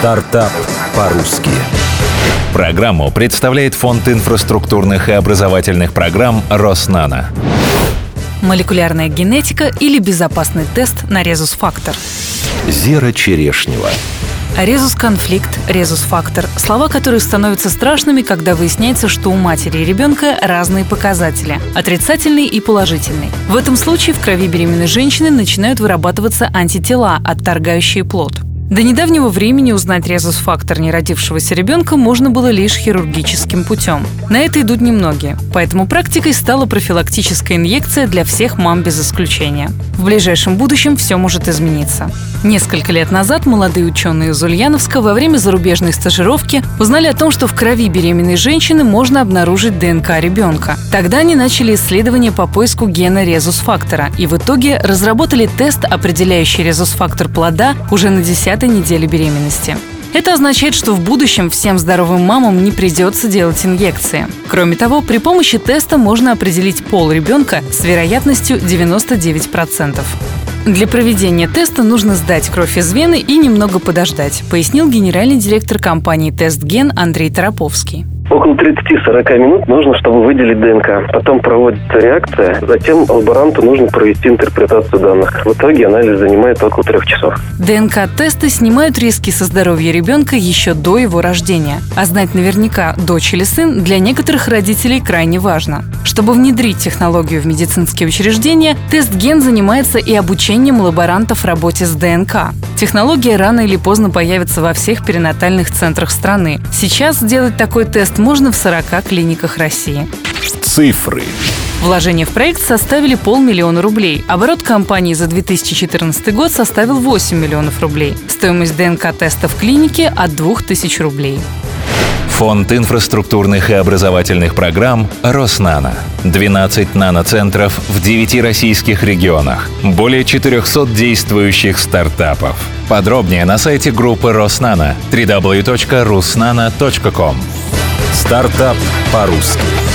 Стартап по-русски. Программу представляет Фонд инфраструктурных и образовательных программ «Роснано». Молекулярная генетика или безопасный тест на резус-фактор. Зера Черешнева. Резус-конфликт, резус-фактор – слова, которые становятся страшными, когда выясняется, что у матери и ребенка разные показатели – отрицательный и положительный. В этом случае в крови беременной женщины начинают вырабатываться антитела, отторгающие плод. До недавнего времени узнать резус-фактор неродившегося ребенка можно было лишь хирургическим путем. На это идут немногие, поэтому практикой стала профилактическая инъекция для всех мам без исключения. В ближайшем будущем все может измениться. Несколько лет назад молодые ученые из Ульяновска во время зарубежной стажировки узнали о том, что в крови беременной женщины можно обнаружить ДНК ребенка. Тогда они начали исследования по поиску гена резус-фактора и в итоге разработали тест, определяющий резус-фактор плода уже на 10-й неделе беременности. Это означает, что в будущем всем здоровым мамам не придется делать инъекции. Кроме того, при помощи теста можно определить пол ребенка с вероятностью 99%. Для проведения теста нужно сдать кровь из вены и немного подождать, пояснил генеральный директор компании «Тестген» Андрей Тороповский. Около 30-40 минут нужно, чтобы выделить ДНК. Потом проводится реакция, затем лаборанту нужно провести интерпретацию данных. В итоге анализ занимает около 3 часов. ДНК-тесты снимают риски со здоровья ребенка еще до его рождения. А знать наверняка, дочь или сын, для некоторых родителей крайне важно. Чтобы внедрить технологию в медицинские учреждения, Тестген занимается и обучением лаборантов работе с ДНК. Технология рано или поздно появится во всех перинатальных центрах страны. Сейчас сделать такой тест можно в 40 клиниках России. Цифры. Вложения в проект составили 500 000 рублей. Оборот компании за 2014 год составил 8 миллионов рублей. Стоимость ДНК-теста в клинике от 2000 рублей. Фонд инфраструктурных и образовательных программ «Роснано». 12 наноцентров в 9 российских регионах. Более 400 действующих стартапов. Подробнее на сайте группы «Роснано» www.rusnano.com. Стартап по-русски.